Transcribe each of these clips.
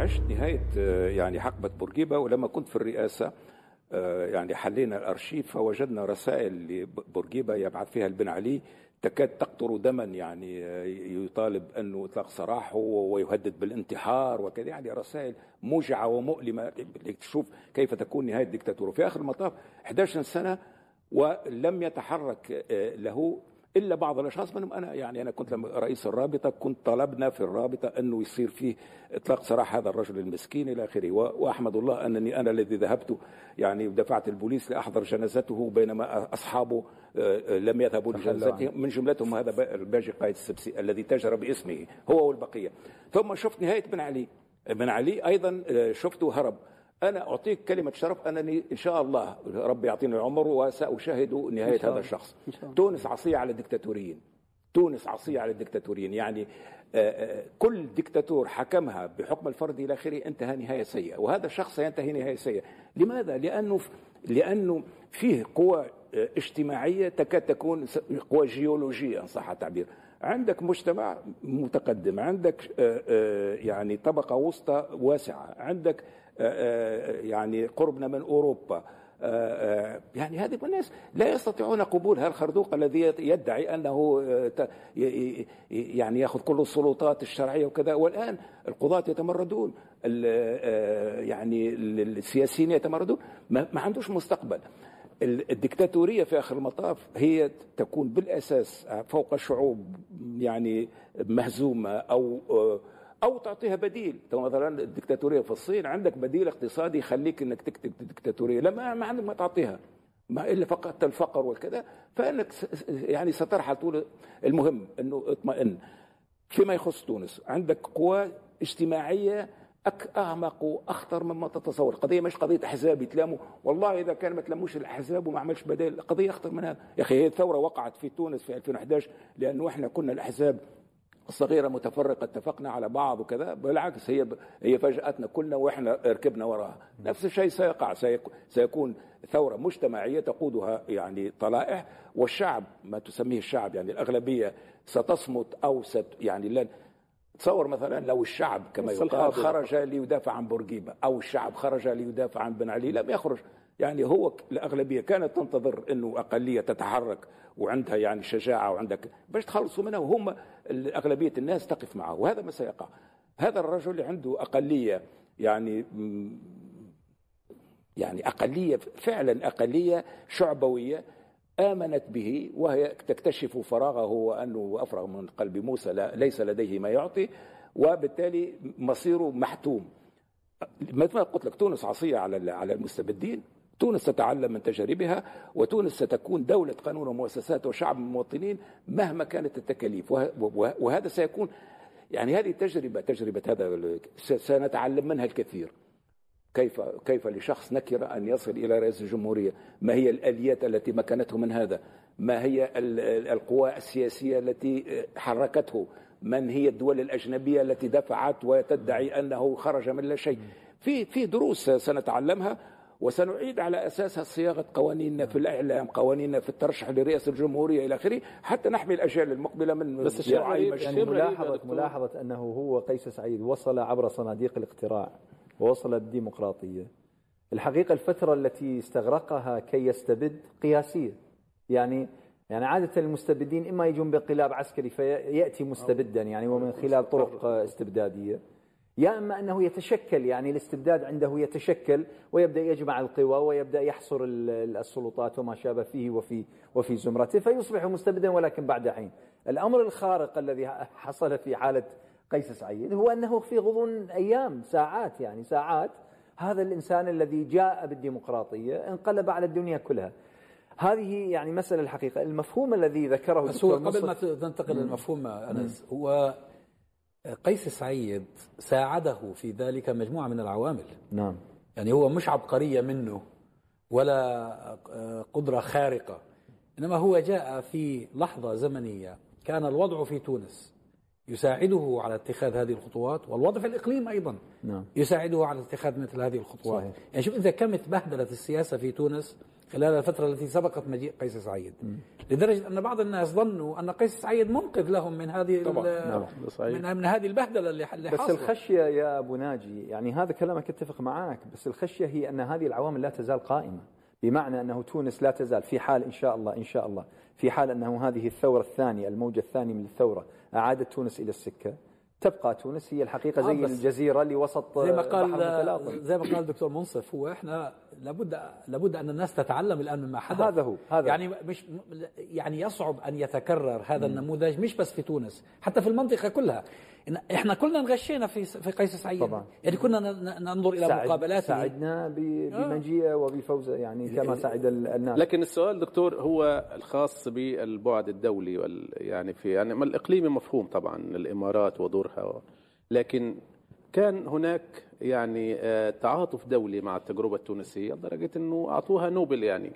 عشت نهاية يعني حقبة بورقيبة، ولما كنت في الرئاسة يعني حلينا الأرشيف فوجدنا رسائل لبورقيبة يبعث فيها البن علي تكاد تقطر دما، يعني يطالب أنه إطلاق سراحه ويهدد بالانتحار وكذا، يعني رسائل موجعة ومؤلمة تشوف كيف تكون نهاية الدكتاتورة. في آخر المطاف 11 سنة ولم يتحرك له الا بعض الاشخاص منهم انا. يعني انا كنت لما رئيس الرابطه كنت طلبنا في الرابطه انه يصير فيه اطلاق سراح هذا الرجل المسكين الى اخره، واحمد الله انني انا الذي ذهبت يعني دفعت البوليس لاحضر جنازته بينما اصحابه لم يذهبوا لجنازته، من جملتهم هذا الباجي قائد السبسي الذي تاجر باسمه هو والبقيه. ثم شفت نهايه بن علي. بن علي ايضا شفته هرب. أنا أعطيك كلمة شرف أنني إن شاء الله ربي يعطيني العمر وسأشاهد نهاية هذا الشخص. تونس عصية على الدكتاتوريين، تونس عصية على الدكتاتوريين، يعني كل دكتاتور حكمها بحكم الفرد إلى آخره انتهى نهاية سيئة، وهذا الشخص سينتهي نهاية سيئة. لماذا؟ لأنه فيه قوى اجتماعية تكاد تكون قوى جيولوجية إن صح التعبير. عندك مجتمع متقدم، عندك يعني طبقة وسطى واسعة، عندك يعني قربنا من أوروبا، يعني هذه الناس لا يستطيعون قبول هالخردوق الذي يدعي أنه يعني يأخذ كل السلطات الشرعية وكذا. والآن القضاة يتمردون، يعني السياسيين يتمردون، ما عندوش مستقبل. الدكتاتورية في آخر المطاف هي تكون بالأساس فوق شعوب يعني مهزومة أو تعطيها بديل. مثلا الدكتاتورية في الصين عندك بديل اقتصادي يخليك انك تكتب دكتاتورية، لا ما عندك ما تعطيها ما إلا فقط الفقر والكذا، فإنك يعني سترحل طول. المهم أنه اطمئن. فيما يخص تونس عندك قوى اجتماعية أعمق وأخطر مما تتصور. قضية مش قضية أحزاب يتلاموا، والله إذا كان ما تلموش الأحزاب وما عملش بدائل قضية أخطر من هذا. يا أخي هي الثورة وقعت في تونس في 2011 لأنه إحنا كنا الأحزاب الصغيرة متفرقة اتفقنا على بعض وكذا، بالعكس هي فاجأتنا كلنا وإحنا ركبنا وراها. نفس الشيء سيقع، سيكون ثورة مجتمعية تقودها يعني طلائع، والشعب ما تسميه الشعب يعني الأغلبية ستصمت أو يعني لن تصور. مثلا لو الشعب كما يقال خرج ليدافع عن بورقيبة أو الشعب خرج ليدافع عن بن علي، لم يخرج. يعني هو الأغلبية كانت تنتظر أنه أقلية تتحرك وعندها يعني شجاعة وعندك باش تخلصوا منها، وهم الأغلبية الناس تقف معه، وهذا ما سيقع. هذا الرجل عنده أقلية يعني أقلية فعلا، أقلية شعبوية آمنت به، وهي تكتشف فراغه وأنه أفرغ من قلب موسى ليس لديه ما يعطي، وبالتالي مصيره محتوم. مثل ما قلت لك تونس عصية على المستبدين. تونس تتعلم من تجاربها، وتونس ستكون دولة قانون ومؤسسات وشعب مواطنين مهما كانت التكاليف، وهذا سيكون يعني هذه تجربة هذا سنتعلم منها الكثير. كيف لشخص نكرة أن يصل إلى رئيس الجمهورية؟ ما هي الآليات التي مكنته من هذا؟ ما هي القوى السياسية التي حركته؟ من هي الدول الأجنبية التي دفعت وتدعي أنه خرج من لا شيء؟ في دروس سنتعلمها وسنعيد على أساسها صياغة قوانيننا في الإعلام، قوانيننا في الترشح لرئاسة الجمهورية إلى آخره، حتى نحمي الأجيال المقبلة من بس يعني ملاحظة أنه هو قيس سعيد وصل عبر صناديق الاقتراع ووصل الديمقراطية. الحقيقة الفترة التي استغرقها كي يستبد قياسية، يعني عادة المستبدين إما يجون بانقلاب عسكري فيأتي مستبدا يعني ومن خلال طرق استبدادية، يا إما أنه يتشكل يعني الاستبداد عنده يتشكل ويبدأ يجمع القوى ويبدأ يحصر السلطات وما شابه فيه وفي زمرته فيصبح مستبدا، ولكن بعد حين. الأمر الخارق الذي حصل في حالة قيس سعيد هو أنه في غضون أيام ساعات هذا الإنسان الذي جاء بالديمقراطية انقلب على الدنيا كلها. هذه يعني مسألة الحقيقة. المفهوم الذي ذكره بس هو قبل ما تنتقل للمفهوم أنس، هو قيس سعيد ساعده في ذلك مجموعة من العوامل. نعم، يعني هو مش عبقرية منه ولا قدرة خارقة، إنما هو جاء في لحظة زمنية كان الوضع في تونس يساعده على اتخاذ هذه الخطوات، والوضع في الإقليم أيضا يساعده على اتخاذ مثل هذه الخطوات. صحيح. يعني شوف إذا كم تبهدلت السياسة في تونس خلال الفترة التي سبقت مجيء قيس سعيد، لدرجة أن بعض الناس ظنوا أن قيس سعيد منقذ لهم من هذه من هذه البهدلة اللي بس حاصلة. الخشية يا أبو ناجي، يعني هذا كلامك اتفق معاك، بس الخشية هي أن هذه العوامل لا تزال قائمة، بمعنى أنه تونس لا تزال في حال إن شاء الله في حال أنه هذه الثورة الثانية، الموجة الثانية من الثورة أعادت تونس إلى السكة، تبقى تونس هي الحقيقة زي الجزيرة اللي وسط زي ما قال الدكتور منصف، هو احنا لابد ان الناس تتعلم الان مما حدث. هذا يعني مش يعني يصعب ان يتكرر هذا النموذج، مش بس في تونس، حتى في المنطقة كلها. احنا كلنا انغشينا في قيس سعيد طبعا. يعني كنا ننظر الى مقابلاته، ساعدنا بمجيئه وبفوزه يعني كما ساعد الناس. لكن السؤال دكتور هو الخاص بالبعد الدولي يعني يعني الاقليمي مفهوم طبعا الامارات ودورها، لكن كان هناك يعني تعاطف دولي مع التجربة التونسية لدرجة انه اعطوها نوبل يعني،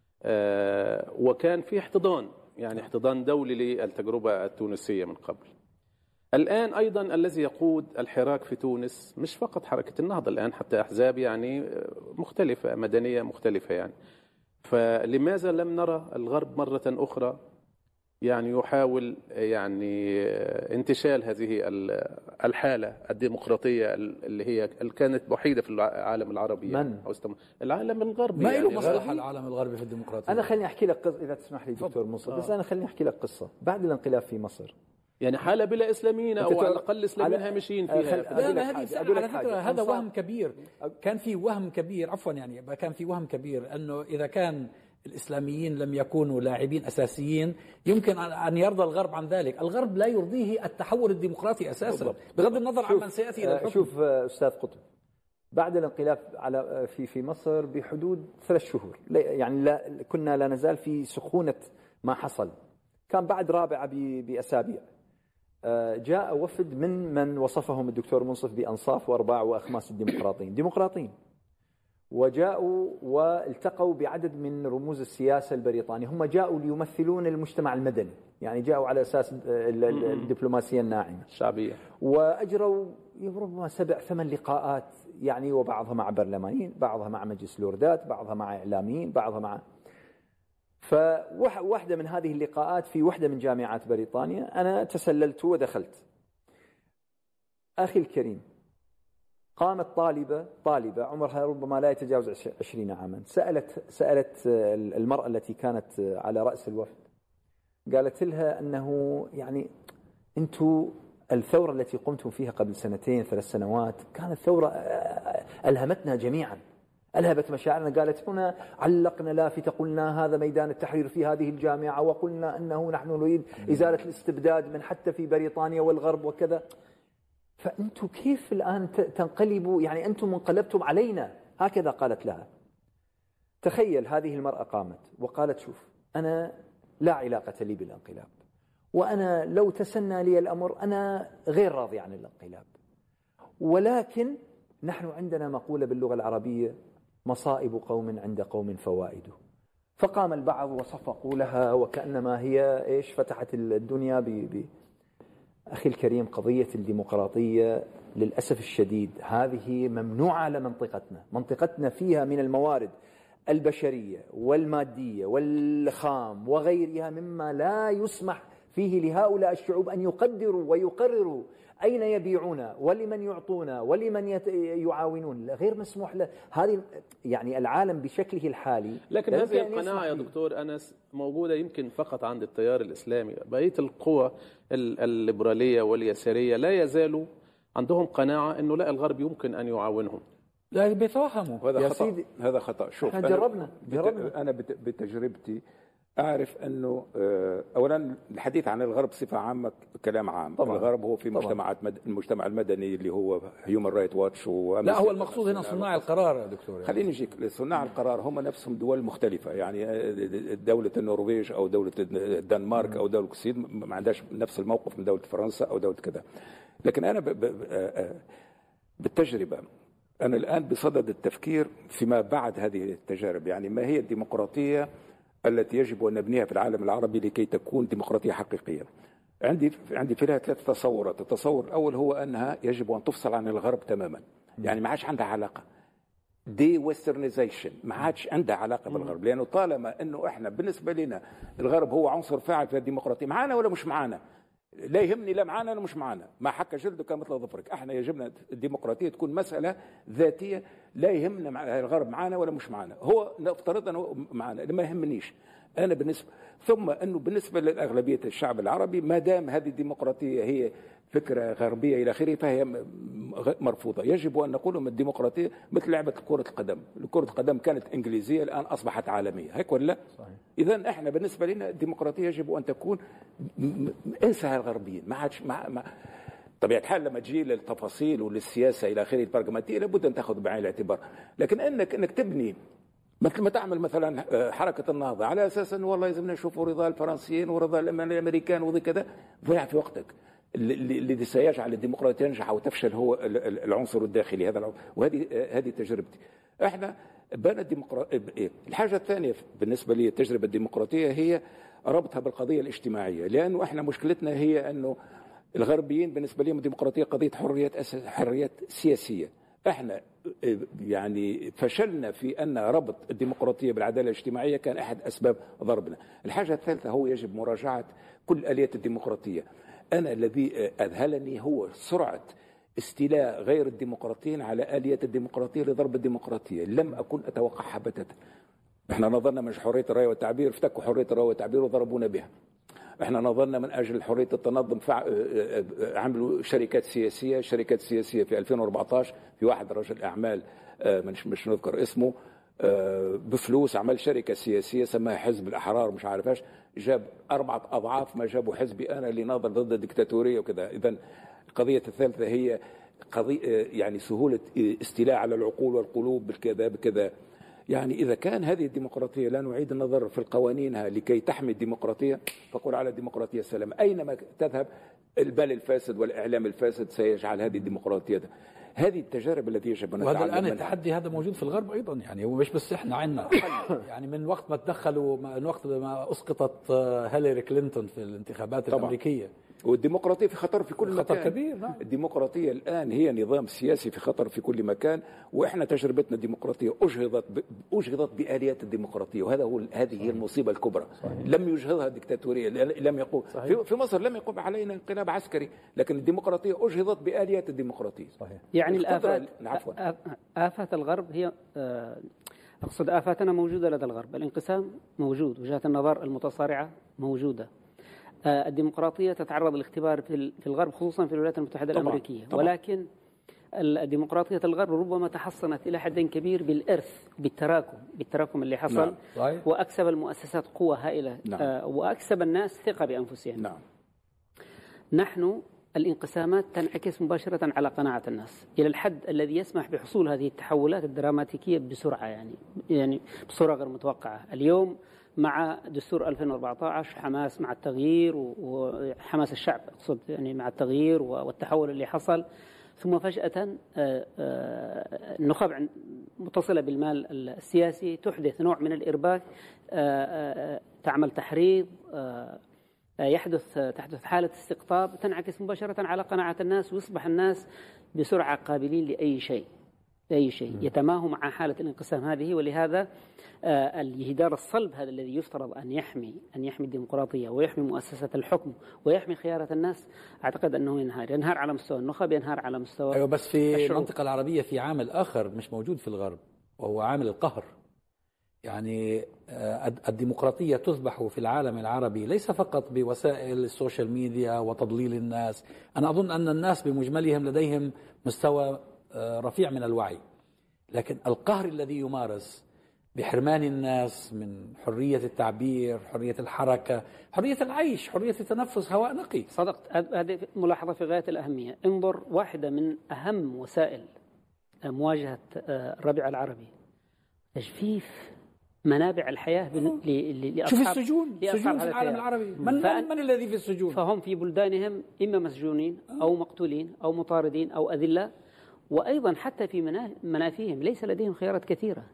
وكان في احتضان دولي للتجربة التونسية من قبل. الآن أيضا الذي يقود الحراك في تونس مش فقط حركة النهضة، الآن حتى أحزاب يعني مختلفة مدنية مختلفة يعني. فلماذا لم نرى الغرب مرة أخرى يعني يحاول يعني انتشال هذه الحالة الديمقراطية اللي هي كانت وحيدة في العالم العربي يعني العالم الغربي ما له مصلحة العالم الغربي في الديمقراطية. أنا خليني أحكي لك قصة إذا تسمح لي دكتور منصف، بس أنا خليني أحكي لك قصة بعد الانقلاب في مصر، يعني حالة بلا إسلاميين أو على الأقل إسلاميين هامشين فيها. على فكرة هذا وهم كبير، كان في وهم كبير يعني كان في وهم كبير أنه إذا كان الإسلاميين لم يكونوا لاعبين أساسيين يمكن أن يرضى الغرب عن ذلك. الغرب لا يرضيه التحول الديمقراطي أساسا بغض النظر عن من سيأتي إلى الحكم. شوف أستاذ قطب، بعد الانقلاب في مصر بحدود 3 شهور يعني كنا لا نزال في سخونة ما حصل، كان بعد رابعة بأسابيع جاء وفد من وصفهم الدكتور منصف بأنصاف وأرباع وأخماس الديمقراطيين، وجاءوا والتقوا بعدد من رموز السياسة البريطانية. هم جاءوا ليمثلون المجتمع المدني، يعني جاءوا على أساس الدبلوماسية الناعمة الشعبية، وأجروا ربما 7-8 لقاءات يعني، وبعضها مع برلمانيين، بعضها مع مجلس لوردات، بعضها مع إعلاميين، بعضها مع فواحدة من هذه اللقاءات في واحدة من جامعات بريطانيا أنا تسللت ودخلت. أخي الكريم، قامت طالبة عمرها ربما لا يتجاوز 20 عاما، سألت المرأة التي كانت على رأس الوفد، قالت لها أنه يعني أنتم الثورة التي قمتم فيها قبل 2-3 سنوات كانت ثورة ألهمتنا جميعا، ألهبت مشاعرنا. قالت هنا علقنا لافتة قلنا هذا ميدان التحرير في هذه الجامعة، وقلنا أنه نحن نريد إزالة الاستبداد من حتى في بريطانيا والغرب وكذا. فأنتم كيف الآن تنقلبوا، يعني أنتم انقلبتم علينا، هكذا قالت لها. تخيل هذه المرأة قامت وقالت شوف أنا لا علاقة لي بالانقلاب، وأنا لو تسنى لي الأمر أنا غير راضي عن الانقلاب، ولكن نحن عندنا مقولة باللغة العربية مصائب قوم عند قوم فوائده. فقام البعض وصفقوا لها وكأنما هي فتحت الدنيا أخي الكريم، قضية الديمقراطية للأسف الشديد هذه ممنوعة على منطقتنا فيها من الموارد البشرية والمادية والخام وغيرها مما لا يسمح فيه لهؤلاء الشعوب أن يقدروا ويقرروا أين يبيعون ولمن يعطون ولمن يعاونون، غير مسموح له. هذه يعني العالم بشكله الحالي. لكن هذه القناعة يا دكتور أنس موجودة يمكن فقط عند التيار الإسلامي، بقية القوى الليبرالية واليسارية لا يزالوا عندهم قناعة أنه لا، الغرب يمكن أن يعاونهم، لا بيتوهموا. هذا خطأ. شوف جربنا أنا بتجربتي أعرف أنه أولا الحديث عن الغرب بصفة عامة كلام عام طبعا. الغرب هو في المجتمع المدني اللي هو هيومن رايت واتش لا، هو المقصود هنا صناع القرار يا دكتور يعني. خليني نجيك، صناع القرار هم نفسهم دول مختلفة، يعني دولة النرويج أو دولة الدنمارك أو دولة السويد ما عندهاش نفس الموقف من دولة فرنسا أو دولة كذا. لكن أنا بالتجربة أنا الآن بصدد التفكير فيما بعد هذه التجارب، يعني ما هي الديمقراطية التي يجب أن نبنيها في العالم العربي لكي تكون ديمقراطية حقيقية. عندي فيها 3 تصورات. التصور الأول هو أنها يجب أن تفصل عن الغرب تماما، يعني ما عادش عندها علاقة. دي ويسترنايزيشن، ما عادش عندها علاقه بالغرب، لانه طالما انه احنا بالنسبه لنا الغرب هو عنصر فاعل في الديمقراطيه، معانا ولا مش معانا؟ لا يهمني لا معانا ولا مش معانا، ما حك جلدك مثل ظفرك. احنا يجبنا الديمقراطيه تكون مساله ذاتيه، لا يهمنا الغرب معانا ولا مش معانا، هو نفترض انه معانا، ما يهمنيش انا بالنسبه. ثم انه بالنسبه للاغلبيه الشعب العربي، ما دام هذه الديمقراطيه هي فكره غربيه الى اخره فهي مرفوضه. يجب ان نقول ان الديمقراطيه مثل لعبه كره القدم، كره القدم كانت انجليزيه الان اصبحت عالميه، هيك ولا لا؟ اذا احنا بالنسبه لنا الديمقراطيه يجب ان تكون انسى الغربيين، ما عادش طبيعة الحال لما تجي للتفاصيل وللسياسه الى اخره البراغماتيه لابد ان تاخذ بعين الاعتبار، لكن انك تبني مثل ما تعمل مثلا حركه النهضه على اساس انه والله لازمنا نشوفوا رضا الفرنسيين ورضا الامريكان وذي كذا، ضيع في وقتك. الذي سيجعل الديمقراطيه تنجح او تفشل هو العنصر الداخلي هذا، وهذه تجربتي. احنا بان الديمقراطيه. الحاجه الثانيه بالنسبه لي التجربه الديمقراطيه هي ربطها بالقضيه الاجتماعيه، لانه احنا مشكلتنا هي انه الغربيين بالنسبه لهم الديمقراطيه قضيه حريات سياسيه. احنا يعني فشلنا في ان ربط الديمقراطيه بالعداله الاجتماعيه كان احد اسباب ضربنا. الحاجه الثالثه هو يجب مراجعه كل اليات الديمقراطيه. انا الذي اذهلني هو سرعه استيلاء غير الديمقراطيين على اليات الديمقراطيه لضرب الديمقراطيه، لم اكن اتوقعها بتاتا. احنا نظرنا من حريه الراي والتعبير، افتكوا حريه الراي والتعبير وضربونا بها. احنا نظرنا من اجل حريه التنظم عملوا شركات سياسيه في 2014 في واحد رجل اعمال مش نذكر اسمه بفلوس عمل شركه سياسيه سماها حزب الاحرار مش عارف ايش، جاب 4 أضعاف ما جابوا حزبي انا اللي ناظر ضد الدكتاتوريه وكذا. اذا القضيه الثالثه هي قضيه يعني سهوله استيلاء على العقول والقلوب بكذا. يعني إذا كان هذه الديمقراطية لا نعيد النظر في قوانينها لكي تحمي الديمقراطية، فقل على الديمقراطية السلام. أينما تذهب البال الفاسد والإعلام الفاسد سيجعل هذه الديمقراطية هذه التجارب التي يجب أن نتعلم وهذا الآن منها. التحدي هذا موجود في الغرب أيضا، يعني هو مش بس إحنا عندنا يعني من وقت ما تدخلوا، من وقت ما أسقطت هيلاري كلينتون في الانتخابات طبعا. الأمريكية، والديمقراطية في خطر في كل مكان، خطر كبير. نعم. الديمقراطية الآن هي نظام سياسي في خطر في كل مكان، وإحنا تجربتنا الديمقراطية أجهضت بآليات الديمقراطية، هذه هي المصيبة الكبرى. صحيح. لم يجهضها الدكتاتورية، لم يقوم في مصر لم يقوم علينا انقلاب عسكري، لكن الديمقراطية أجهضت بآليات الديمقراطية. صحيح. يعني آفات الغرب هي أقصد آفاتنا موجودة لدى الغرب، الانقسام موجود، وجهات النظر المتصارعة موجودة. الديمقراطية تتعرض للاختبار في الغرب خصوصا في الولايات المتحدة الأمريكية. طبعا. ولكن الديمقراطية الغرب ربما تحصنت إلى حد كبير بالإرث، بالتراكم اللي حصل. نعم. وأكسب المؤسسات قوة هائلة. نعم. وأكسب الناس ثقة بأنفسهم. نعم. نحن الانقسامات تنعكس مباشرة على قناعة الناس إلى الحد الذي يسمح بحصول هذه التحولات الدراماتيكية بسرعة، يعني بصورة غير متوقعة. اليوم مع دستور 2014 حماس مع التغيير وحماس الشعب أقصد يعني مع التغيير والتحول اللي حصل، ثم فجأة النخب متصلة بالمال السياسي تحدث نوع من الإرباك، تعمل تحريض، تحدث حالة استقطاب تنعكس مباشرة على قناعة الناس، ويصبح الناس بسرعة قابلين لأي شيء يتماهوا مع حالة الانقسام هذه. ولهذا الجدار الصلب هذا الذي يفترض أن يحمي الديمقراطية ويحمي مؤسسة الحكم ويحمي خيارة الناس، أعتقد أنه ينهار على مستوى النخب، ينهار على مستوى أيوة. بس في الشعوب. المنطقة العربية في عامل آخر مش موجود في الغرب، وهو عامل القهر. يعني الديمقراطية تذبح في العالم العربي ليس فقط بوسائل السوشيال ميديا وتضليل الناس. أنا أظن أن الناس بمجملهم لديهم مستوى رفيع من الوعي، لكن القهر الذي يمارس بحرمان الناس من حرية التعبير، حرية الحركة، حرية العيش، حرية التنفس هواء نقي. صدقت، هذه ملاحظة في غاية الأهمية. انظر، واحدة من أهم وسائل مواجهة الربيع العربي تجفيف منابع الحياة شوف السجون في العالم العربي، من الذي في السجون؟ فهم في بلدانهم إما مسجونين أو مقتولين أو مطاردين أو أذلة، وأيضا حتى في منافيهم ليس لديهم خيارات كثيرة.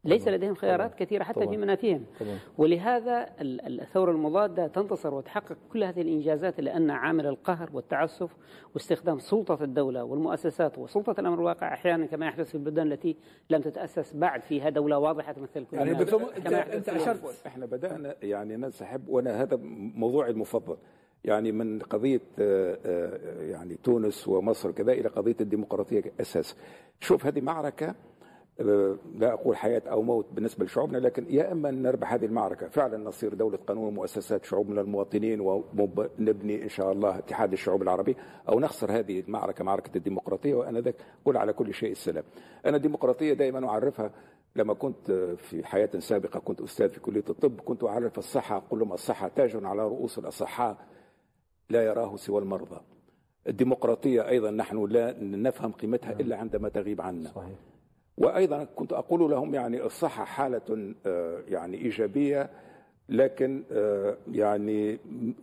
ليس لديهم خيارات كثيرة حتى في منافذهم. ولهذا الثورة المضادة تنتصر وتحقق كل هذه الإنجازات، لأن عامل القهر والتعسف واستخدام سلطة الدولة والمؤسسات وسلطة الأمر الواقع أحيانا كما يحدث في البلدان التي لم تتأسس بعد فيها دولة واضحة تمثل كل يعني أنت أشرت إحنا بدأنا يعني ننسحب، وأنا هذا موضوعي المفضل يعني من قضية يعني تونس ومصر كذا إلى قضية الديمقراطية أساس. شوف هذه معركة لا أقول حياة أو موت بالنسبة لشعوبنا، لكن يا إما نربح هذه المعركة فعلا نصير دولة قانون ومؤسسات شعوبنا المواطنين ونبني إن شاء الله اتحاد الشعوب العربي، أو نخسر هذه المعركة معركة الديمقراطية. وأنا ذاك قل على كل شيء السلام. أنا الديمقراطية دائما أعرفها، لما كنت في حياة سابقة كنت أستاذ في كلية الطب، كنت أعرف الصحة أقول لهم الصحة تاج على رؤوس الأصحاء لا يراه سوى المرضى. الديمقراطية أيضا نحن لا نفهم قيمتها إلا عندما تغيب عنا. صحيح. وأيضا كنت أقول لهم يعني الصحة حالة يعني إيجابية، لكن يعني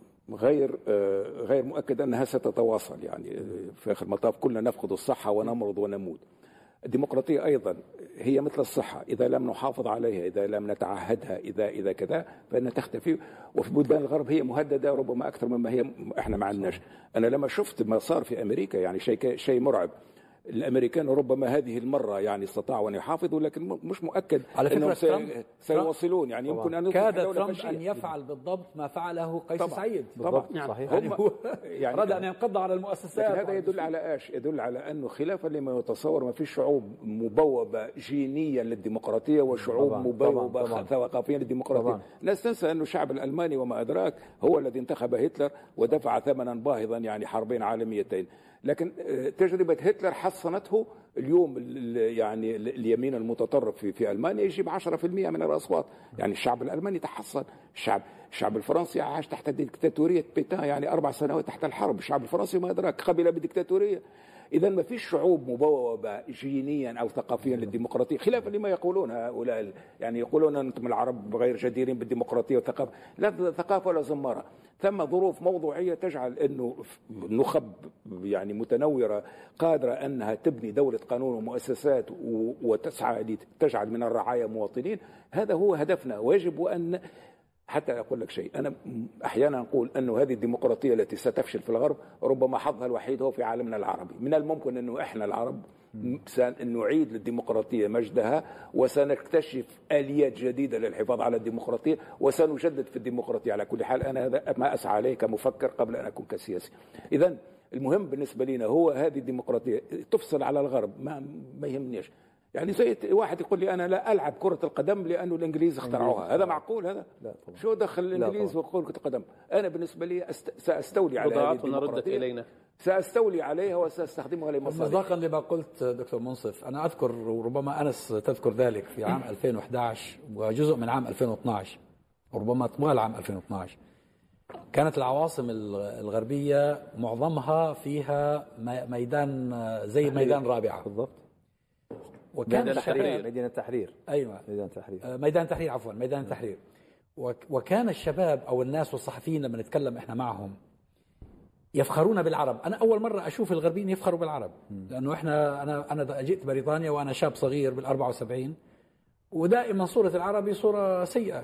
غير مؤكد أنها ستتواصل. يعني في آخر المطاف كلنا نفقد الصحة ونمرض ونموت. الديمقراطية أيضا هي مثل الصحة، إذا لم نحافظ عليها، إذا لم نتعهدها، إذا كذا، فإنها تختفي. وفي بلدان الغرب هي مهددة ربما أكثر مما هي إحنا ما عندناش. أنا لما شفت ما صار في أمريكا يعني شيء مرعب. الامريكان ربما هذه المره يعني استطاعوا ان يحافظوا، لكن مش مؤكد انهم سيواصلون. يعني يمكن ان كاد ترامب ان يفعل بالضبط ما فعله قيس سعيد. طبعا صحيح. يعني اراد ان ينقض على المؤسسات. هذا يدل على ايش؟ يدل على انه خلافا لما يتصور ما فيش شعوب مبوبه جينيا للديمقراطيه وشعوب مبوبه ثقافيا للديمقراطيه. الناس تنسى انه الشعب الالماني وما ادراك هو الذي انتخب هتلر ودفع ثمنا باهظا يعني حربين عالميتين. لكن تجربة هتلر حصنته. اليوم يعني اليمين المتطرف في ألمانيا يجيب 10% من الأصوات. يعني الشعب الألماني تحصن. الشعب الفرنسي عاش تحت ديكتاتورية بيتان يعني 4 سنوات تحت الحرب. الشعب الفرنسي ما أدراك قبل بالديكتاتورية. إذا ما فيش شعوب مبوبة جينيا أو ثقافيا للديمقراطية، خلافا لما يقولون هؤلاء. يعني يقولون أنتم العرب غير جديرين بالديمقراطية والثقافة. لا ثقافة ولا زمارة. ثم ظروف موضوعية تجعل أنه نخب يعني متنورة قادرة أنها تبني دولة قانون ومؤسسات وتسعى لتجعل من الرعاية مواطنين. هذا هو هدفنا. ويجب أن حتى أقول لك شيء، أنا أحيانا أقول أنه هذه الديمقراطية التي ستفشل في الغرب ربما حظها الوحيد هو في عالمنا العربي. من الممكن أنه إحنا العرب سنعيد للديمقراطية مجدها، وسنكتشف آليات جديدة للحفاظ على الديمقراطية، وسنجدد في الديمقراطية. على كل حال أنا هذا ما أسعى عليه كمفكر قبل أن أكون كسياسي. إذن المهم بالنسبة لنا هو هذه الديمقراطية تفصل على الغرب ما يهمنيش. يعني زي واحد يقول لي أنا لا ألعب كرة القدم لأنه الإنجليز اخترعوها. هذا معقول؟ هذا لا طبعا. شو دخل الإنجليز وكرة القدم؟ أنا بالنسبة لي سأستولي على هذه الديمقراطية، سأستولي عليها وسأستخدمها لمصالحي. مصداقا لما قلت دكتور منصف، أنا أذكر وربما أنس تذكر ذلك في عام 2011 وجزء من عام 2012 وربما طوال عام 2012 كانت العواصم الغربية معظمها فيها ميدان زي ميدان رابعة بالضبط. وكان ميدان التحرير. أيوة ميدان التحرير. وكان الشباب أو الناس والصحفيين لما نتكلم إحنا معهم يفخرون بالعرب. أنا أول مرة أشوف الغربيين يفخروا بالعرب، لأنه أنا جئت بريطانيا وأنا شاب صغير بال74، ودائما صورة العربي صورة سيئة.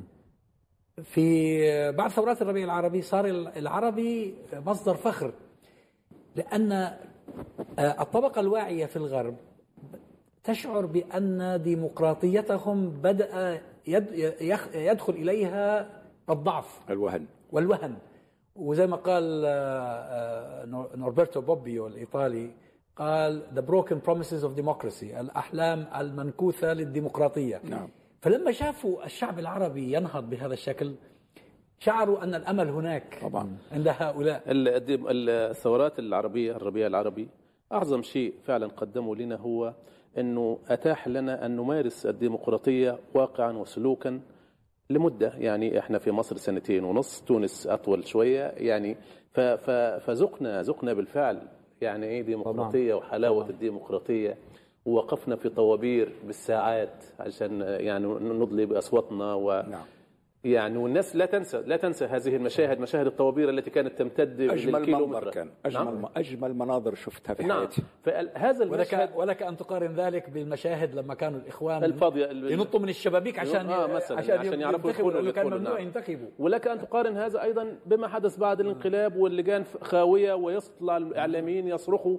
في بعد ثورات الربيع العربي صار العربي مصدر فخر، لأن الطبقة الواعية في الغرب تشعر بأن ديمقراطيتهم بدأ يدخل إليها الضعف والوهن. وزي ما قال نوربرتو بوبيو الإيطالي، قال the broken promises of democracy، الأحلام المنكوثة للديمقراطية. نعم. فلما شافوا الشعب العربي ينهض بهذا الشكل شعروا أن الأمل هناك طبعا عند هؤلاء. الثورات العربية، الربيع العربي، أعظم شيء فعلا قدموا لنا هو أنه أتاح لنا أن نمارس الديمقراطية واقعا وسلوكا لمدة. يعني إحنا في مصر 2.5 سنين، تونس أطول شوية يعني. فزقنا بالفعل يعني إيه ديمقراطية وحلاوة الديمقراطية، ووقفنا في طوابير بالساعات عشان يعني نضلي بأصواتنا نعم. يعني والناس لا تنسى هذه المشاهد، مشاهد الطوابير التي كانت تمتد بالكيلومتر. كان أجمل مناظر شفتها في حياتي. فهذا المشهد ولك أن تقارن ذلك بالمشاهد لما كانوا الإخوان الفاضية ينطوا من الشبابيك عشان يعرفوا يدخلوا، كان ممنوع ينتخبوا. ولك أن تقارن هذا أيضا بما حدث بعد الانقلاب واللجان خاوية ويطلع الإعلاميين يصرخوا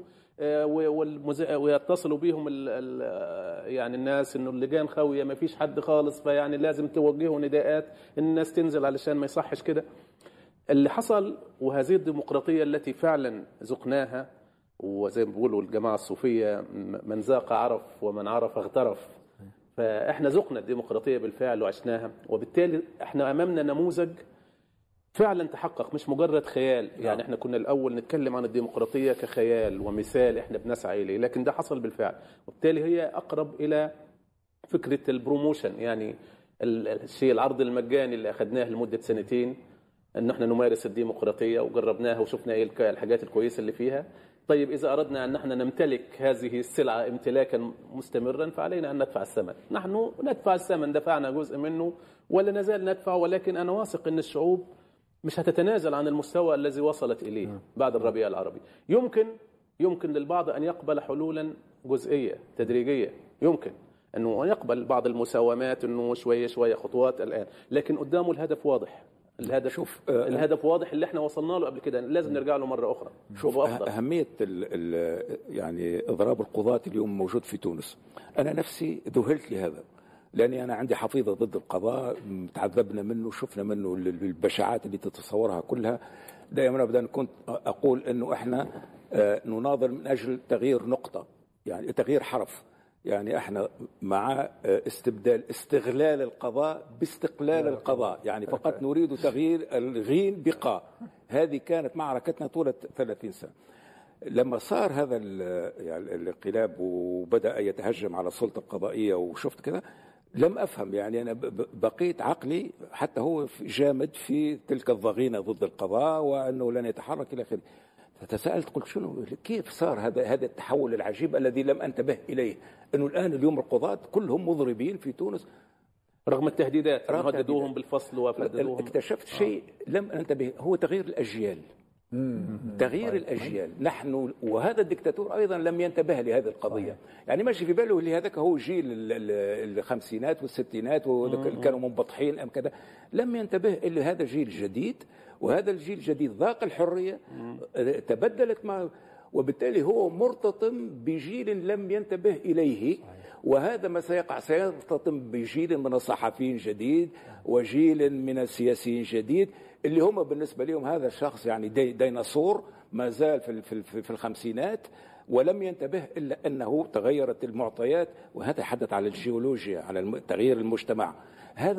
ويتصلوا بهم يعني الناس انه اللجان خاويه ما فيش حد خالص، فيعني لازم توجهوا نداءات الناس تنزل علشان ما يصحش كده اللي حصل. وهذه الديمقراطيه التي فعلا ذقناها، وزي ما بيقولوا الجماعه الصوفيه من ذاق عرف ومن عرف اغترف، فاحنا ذقنا الديمقراطيه بالفعل وعشناها، وبالتالي احنا امامنا نموذج فعلا تحقق، مش مجرد خيال. يعني احنا كنا الاول نتكلم عن الديمقراطيه كخيال ومثال احنا بنسعى اليه، لكن ده حصل بالفعل، وبالتالي هي اقرب الى فكره البروموشن، يعني الشيء العرض المجاني اللي اخذناه لمده سنتين، ان احنا نمارس الديمقراطيه وجربناها وشفنا ايه الحاجات الكويسه اللي فيها. طيب اذا اردنا ان احنا نمتلك هذه السلعه امتلاكا مستمرا فعلينا ان ندفع الثمن. نحن ندفع الثمن، دفعنا جزء منه ولا نزال ندفع، ولكن انا واثق ان الشعوب مش هتتنازل عن المستوى الذي وصلت إليه بعد الربيع العربي. يمكن للبعض أن يقبل حلولا جزئية تدريجية، يمكن أنه يقبل بعض المساومات، أنه شوية خطوات الآن، لكن قدامه الهدف واضح. الهدف واضح اللي احنا وصلنا له قبل كده، لازم نرجع له مرة أخرى. شوف أهمية يعني إضراب القضاة اليوم موجود في تونس. أنا نفسي ذهلت لهذا، لأني أنا عندي حفيظة ضد القضاء، تعذبنا منه، شفنا منه البشاعات اللي تتصورها كلها. دائما أبدا كنت أقول أنه إحنا نناضل من أجل تغيير نقطة، يعني تغيير حرف. يعني إحنا مع استغلال القضاء باستقلال القضاء، يعني فقط نريد تغيير الغين بقاء. هذه كانت معركتنا طول 30 سنة. لما صار هذا يعني الانقلاب وبدأ يتهجم على السلطة القضائية وشفت كذا، لم أفهم. يعني أنا بقيت عقلي حتى هو جامد في تلك الضغينة ضد القضاء وأنه لن يتحرك إلى آخره. فتساءلت قلت كيف صار هذا التحول العجيب الذي لم أنتبه إليه، أنه الآن اليوم القضاة كلهم مضربين في تونس رغم التهديدات، هددوهم بالفصل وفددوهم. اكتشفت شيء لم أنتبه، هو تغيير الأجيال. تغيير الأجيال. نحن وهذا الدكتاتور أيضا لم ينتبه لهذه القضية. يعني ماشي في باله اللي هذاك هو جيل الخمسينات والستينات وكانوا منبطحين أم كذا، لم ينتبه إلا هذا جيل جديد، وهذا الجيل الجديد ذاق الحرية، تبدلت معه، وبالتالي هو مرتطم بجيل لم ينتبه إليه. وهذا ما سيقع، سيرتطم بجيل من الصحفيين جديد وجيل من السياسيين جديد، اللي هم بالنسبة لهم هذا الشخص يعني ديناصور ما زال في الخمسينات، ولم ينتبه إلا أنه تغيرت المعطيات. وهذا حدث على الجيولوجيا، على تغيير المجتمع. هذا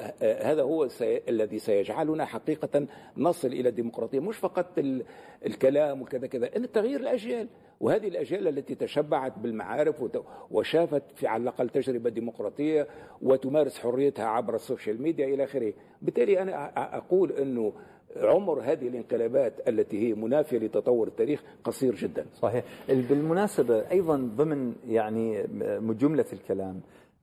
هو الذي سيجعلنا حقيقة نصل إلى الديمقراطية، مش فقط الكلام وكذا كذا، إن تغيير الأجيال. وهذه الأجيال التي تشبعت بالمعارف وشافت في على الأقل تجربة ديمقراطية وتمارس حريتها عبر السوشيال ميديا إلى آخره. بالتالي أنا أقول أنه عمر هذه الانقلابات التي هي منافية لتطور التاريخ قصير جدا. صحيح. بالمناسبة أيضا ضمن يعني جملة الكلام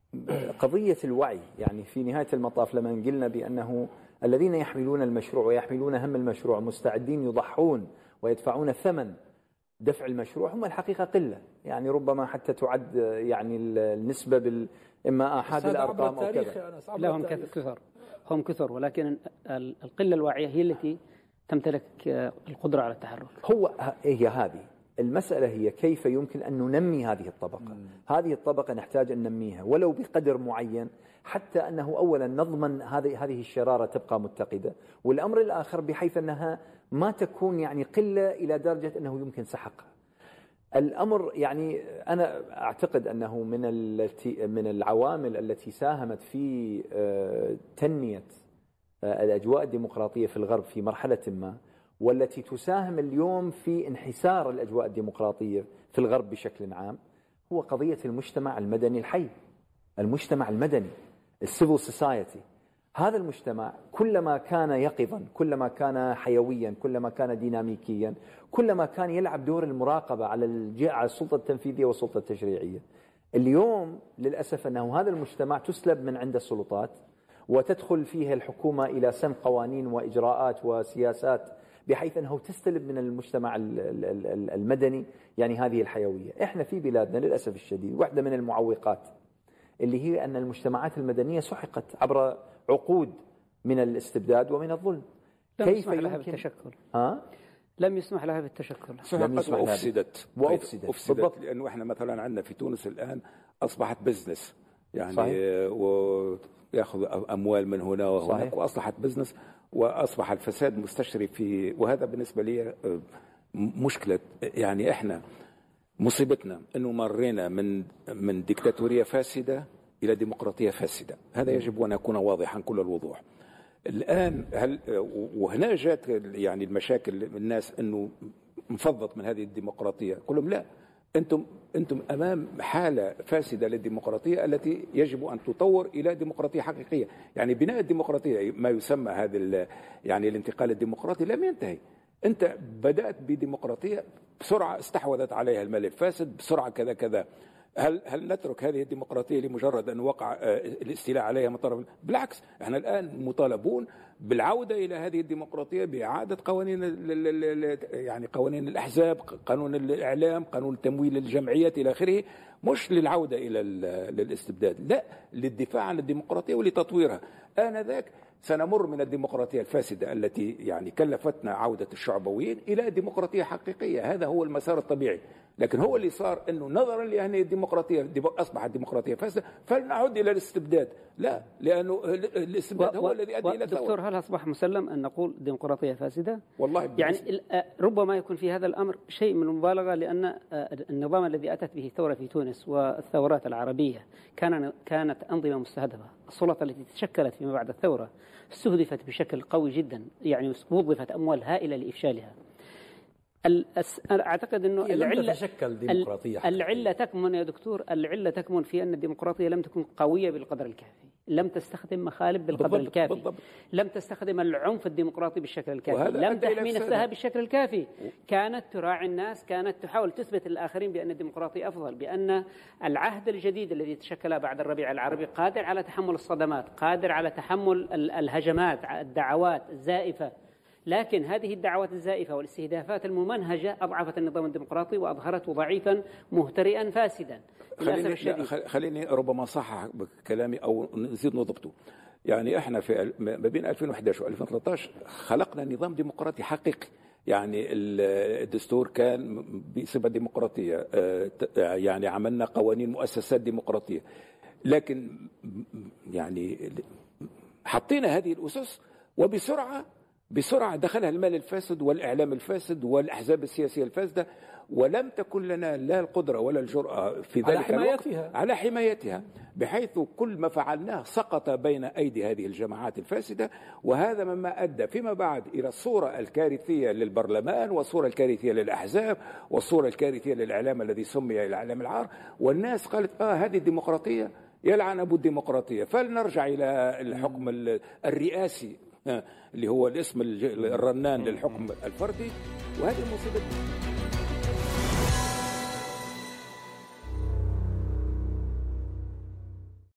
قضية الوعي، يعني في نهاية المطاف لما قلنا بأنه الذين يحملون المشروع ويحملون هم المشروع مستعدين يضحون ويدفعون ثمن دفع المشروع هم الحقيقة قلة، يعني ربما حتى تعد يعني النسبة إما آحاد الأرقام أو كذا. لا، هم كثر، ولكن القلة الواعية هي التي تمتلك القدرة على التحرك. هي هذه المسألة، هي كيف يمكن أن ننمي هذه الطبقة. هذه الطبقة نحتاج أن ننميها ولو بقدر معين، حتى أنه أولا نضمن هذه الشرارة تبقى متقدة، والأمر الآخر بحيث أنها ما تكون يعني قلة إلى درجة أنه يمكن سحقها. الأمر يعني أنا أعتقد أنه من العوامل التي ساهمت في تنمية الأجواء الديمقراطية في الغرب في مرحلة ما، والتي تساهم اليوم في انحسار الأجواء الديمقراطية في الغرب بشكل عام، هو قضية المجتمع المدني الحي. المجتمع المدني، السيفل سوسايتي. هذا المجتمع كلما كان يقظا، كلما كان حيويا، كلما كان ديناميكيا، كلما كان يلعب دور المراقبة على السلطة التنفيذية والسلطة التشريعية. اليوم للأسف أنه هذا المجتمع تسلب من عنده السلطات، وتدخل فيها الحكومة إلى سن قوانين وإجراءات وسياسات بحيث أنه تستلب من المجتمع المدني يعني هذه الحيوية. إحنا في بلادنا للأسف الشديد واحدة من المعوقات اللي هي أن المجتمعات المدنية سحقت عبر عقود من الاستبداد ومن الظلم. كيف يمكن بالتشكل؟ لم يسمح لها بالتشكل، وأفسدت لأنه إحنا مثلا عندنا في تونس الآن أصبحت بزنس يعني صحيح. ويأخذ أموال من هنا وهناك، وأصبحت بزنس وأصبح الفساد مستشري في، وهذا بالنسبة لي مشكلة. يعني إحنا مصيبتنا أنه مرينا من ديكتاتورية فاسدة إلى ديمقراطية فاسدة، هذا يجب أن يكون واضحا كل الوضوح. الآن وهنا جاءت يعني المشاكل الناس أنه مفضط من هذه الديمقراطية، كلهم لا، أنتم أمام حالة فاسدة للديمقراطية التي يجب أن تطور إلى ديمقراطية حقيقية. يعني بناء الديمقراطية ما يسمى هذا يعني الانتقال الديمقراطي لم ينتهي. أنت بدأت بديمقراطية بسرعة استحوذت عليها المال الفاسد بسرعة كذا كذا. هل نترك هذه الديمقراطية لمجرد أن وقع الاستيلاء عليها من طرف؟ بالعكس، احنا الآن مطالبون بالعودة إلى هذه الديمقراطية بإعادة قوانين يعني قوانين الأحزاب، قانون الإعلام، قانون تمويل الجمعيات إلى آخره، مش للعودة إلى الاستبداد، لا، للدفاع عن الديمقراطية ولتطويرها. آنذاك سنمر من الديمقراطية الفاسدة التي يعني كلفتنا عودة الشعبويين إلى ديمقراطية حقيقية. هذا هو المسار الطبيعي. لكن هو اللي صار أنه نظرا لأن الديمقراطية أصبحت ديمقراطية فاسدة فلنعود إلى الاستبداد، لا، لأنه الاستبداد هو الذي يؤدي إلى الثورة. دكتور، هل أصبح مسلم أن نقول ديمقراطية فاسدة؟ والله يعني ربما يكون في هذا الأمر شيء من المبالغة، لأن النظام الذي أتت به الثورة في تونس والثورات العربية كانت أنظمة مستهدفة. السلطة التي تشكلت فيما بعد الثورة استهدفت بشكل قوي جدا، يعني وظفت أموال هائلة لإفشالها. أعتقد أنه العلة تكمن يا دكتور، العلة تكمن في أن الديمقراطية لم تكن قوية بالقدر الكافي، لم تستخدم مخالب بالقدر الكافي، بالضبط. لم تستخدم العنف الديمقراطي بالشكل الكافي، لم تحمي نفسها بالشكل الكافي، كانت تراعي الناس، كانت تحاول تثبت للآخرين بأن الديمقراطية أفضل، بأن العهد الجديد الذي تشكل بعد الربيع العربي قادر على تحمل الصدمات، قادر على تحمل الهجمات، الدعوات الزائفة. لكن هذه الدعوات الزائفة والاستهدافات الممنهجة أضعفت النظام الديمقراطي وأظهرته ضعيفا مهترئا فاسدا. خليني ربما صحح كلامي أو نزيد نضبطه. يعني احنا في ما بين 2011 و2013 خلقنا نظام ديمقراطي حقيقي. يعني الدستور كان بصفة ديمقراطية، يعني عملنا قوانين مؤسسات ديمقراطية، لكن يعني حطينا هذه الأسس وبسرعة دخلها المال الفاسد والإعلام الفاسد والأحزاب السياسية الفاسدة، ولم تكن لنا لا القدرة ولا الجرأة في ذلك الوقت على حمايتها، بحيث كل ما فعلناه سقط بين أيدي هذه الجماعات الفاسدة. وهذا مما أدى فيما بعد إلى الصورة الكارثية للبرلمان، والصورة الكارثية للأحزاب، والصورة الكارثية للإعلام الذي سمي الإعلام العار. والناس قالت هذه الديمقراطية، يلعن أبو الديمقراطية، فلنرجع إلى الحكم الرئاسي اللي هو الاسم الرنان للحكم الفردي. وهذه المصيبة.